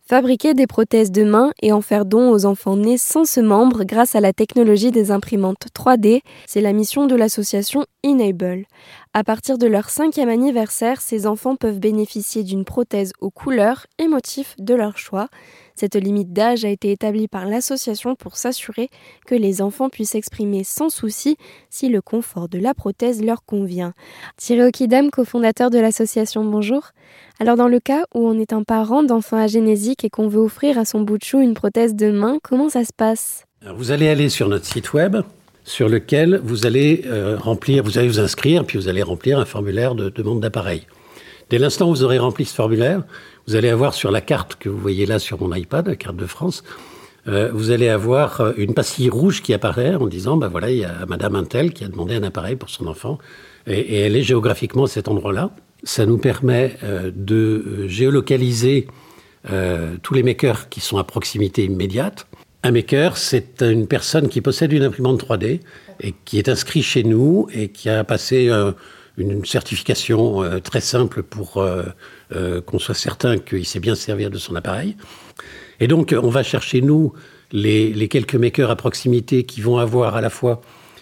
Fabriquer des prothèses de main et en faire don aux enfants nés sans ce membre grâce à la technologie des imprimantes 3D, c'est la mission de l'association Enable. À partir de leur 5e anniversaire, ces enfants peuvent bénéficier d'une prothèse aux couleurs et motifs de leur choix. Cette limite d'âge a été établie par l'association pour s'assurer que les enfants puissent s'exprimer sans souci si le confort de la prothèse leur convient. Thierry Okidam, cofondateur de l'association, bonjour. Alors dans le cas où on est un parent d'enfant agénésique et qu'on veut offrir à son bout de chou une prothèse de main, comment ça se passe ? Alors, vous allez aller sur notre site web sur lequel vous allez vous allez vous inscrire, puis vous allez remplir un formulaire de demande d'appareil. Dès l'instant où vous aurez rempli ce formulaire, vous allez avoir sur la carte que vous voyez là sur mon iPad, la carte de France, vous allez avoir une pastille rouge qui apparaît en disant, voilà, il y a Madame Untel qui a demandé un appareil pour son enfant, et elle est géographiquement à cet endroit-là. Ça nous permet de géolocaliser tous les makers qui sont à proximité immédiate. Un maker, c'est une personne qui possède une imprimante 3D et qui est inscrit chez nous et qui a passé une certification très simple pour qu'on soit certain qu'il sait bien se servir de son appareil. Et donc, on va chercher, nous, les quelques makers à proximité qui vont avoir à la fois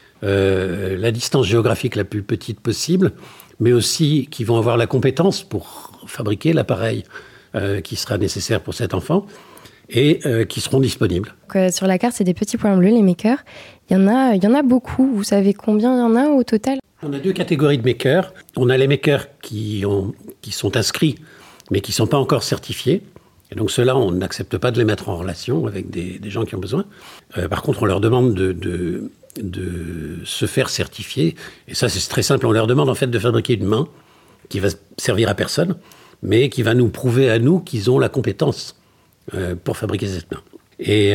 la distance géographique la plus petite possible, mais aussi qui vont avoir la compétence pour fabriquer l'appareil qui sera nécessaire pour cet enfant et qui seront disponibles. Donc, sur la carte, c'est des petits points bleus, les makers. Il y en a beaucoup. Vous savez combien il y en a au total ? On a 2 catégories de makers. On a les makers qui sont inscrits, mais qui ne sont pas encore certifiés. Et donc ceux-là, on n'accepte pas de les mettre en relation avec des gens qui ont besoin. Par contre, on leur demande de se faire certifier. Et ça, c'est très simple. On leur demande en fait de fabriquer une main qui va servir à personne, mais qui va nous prouver à nous qu'ils ont la compétence pour fabriquer cette main. Et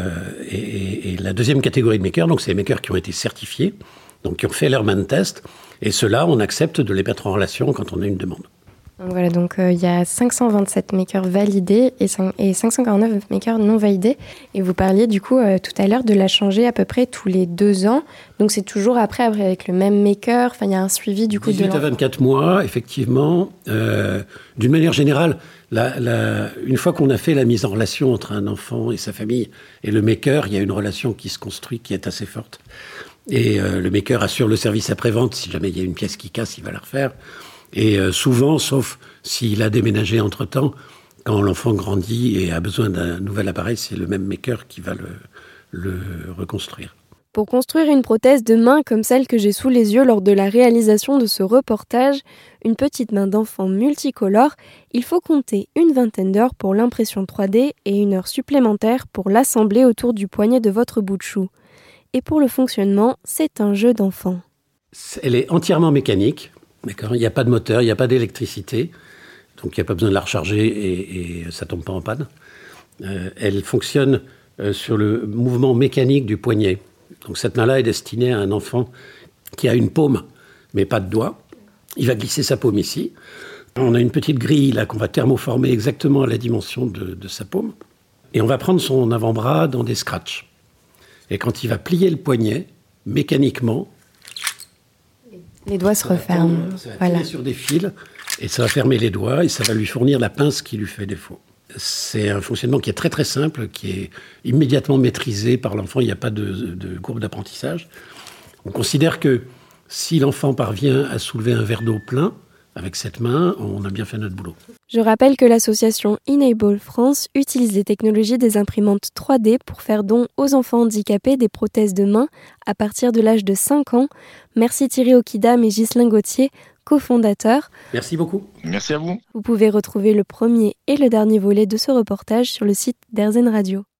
la deuxième catégorie de makers, donc c'est les makers qui ont été certifiés, donc qui ont fait leur main test. Et ceux-là, on accepte de les mettre en relation quand on a une demande. Donc voilà, il y a 527 makers validés et 549 makers non validés. Et vous parliez du coup tout à l'heure de la changer à peu près tous les 2 ans. Donc c'est toujours après avec le même maker. Enfin, il y a un suivi du coup 18 à 24 mois, effectivement. D'une manière générale, une fois qu'on a fait la mise en relation entre un enfant et sa famille et le maker, il y a une relation qui se construit qui est assez forte. Et le maker assure le service après-vente. Si jamais il y a une pièce qui casse, il va la refaire. Et souvent, sauf s'il a déménagé entre-temps, quand l'enfant grandit et a besoin d'un nouvel appareil, c'est le même maker qui va le reconstruire. Pour construire une prothèse de main comme celle que j'ai sous les yeux lors de la réalisation de ce reportage, une petite main d'enfant multicolore, il faut compter une vingtaine d'heures pour l'impression 3D et 1 heure supplémentaire pour l'assembler autour du poignet de votre bout de chou. Et pour le fonctionnement, c'est un jeu d'enfant. Elle est entièrement mécanique. D'accord, il n'y a pas de moteur, il n'y a pas d'électricité, donc il n'y a pas besoin de la recharger et ça ne tombe pas en panne. Elle fonctionne sur le mouvement mécanique du poignet. Donc cette main-là est destinée à un enfant qui a une paume, mais pas de doigt. Il va glisser sa paume ici. On a une petite grille là qu'on va thermoformer exactement à la dimension de sa paume. Et on va prendre son avant-bras dans des scratchs. Et quand il va plier le poignet, mécaniquement, les doigts se referment. Ça va tirer sur des fils et ça va fermer les doigts et ça va lui fournir la pince qui lui fait défaut. C'est un fonctionnement qui est très très simple, qui est immédiatement maîtrisé par l'enfant. Il n'y a pas de courbe d'apprentissage. On considère que si l'enfant parvient à soulever un verre d'eau plein avec cette main, on a bien fait notre boulot. Je rappelle que l'association Enable France utilise les technologies des imprimantes 3D pour faire don aux enfants handicapés des prothèses de main à partir de l'âge de 5 ans. Merci Thierry Okidam et Ghislain Gauthier, cofondateurs. Merci beaucoup. Merci à vous. Vous pouvez retrouver le premier et le dernier volet de ce reportage sur le site d'RZN Radio.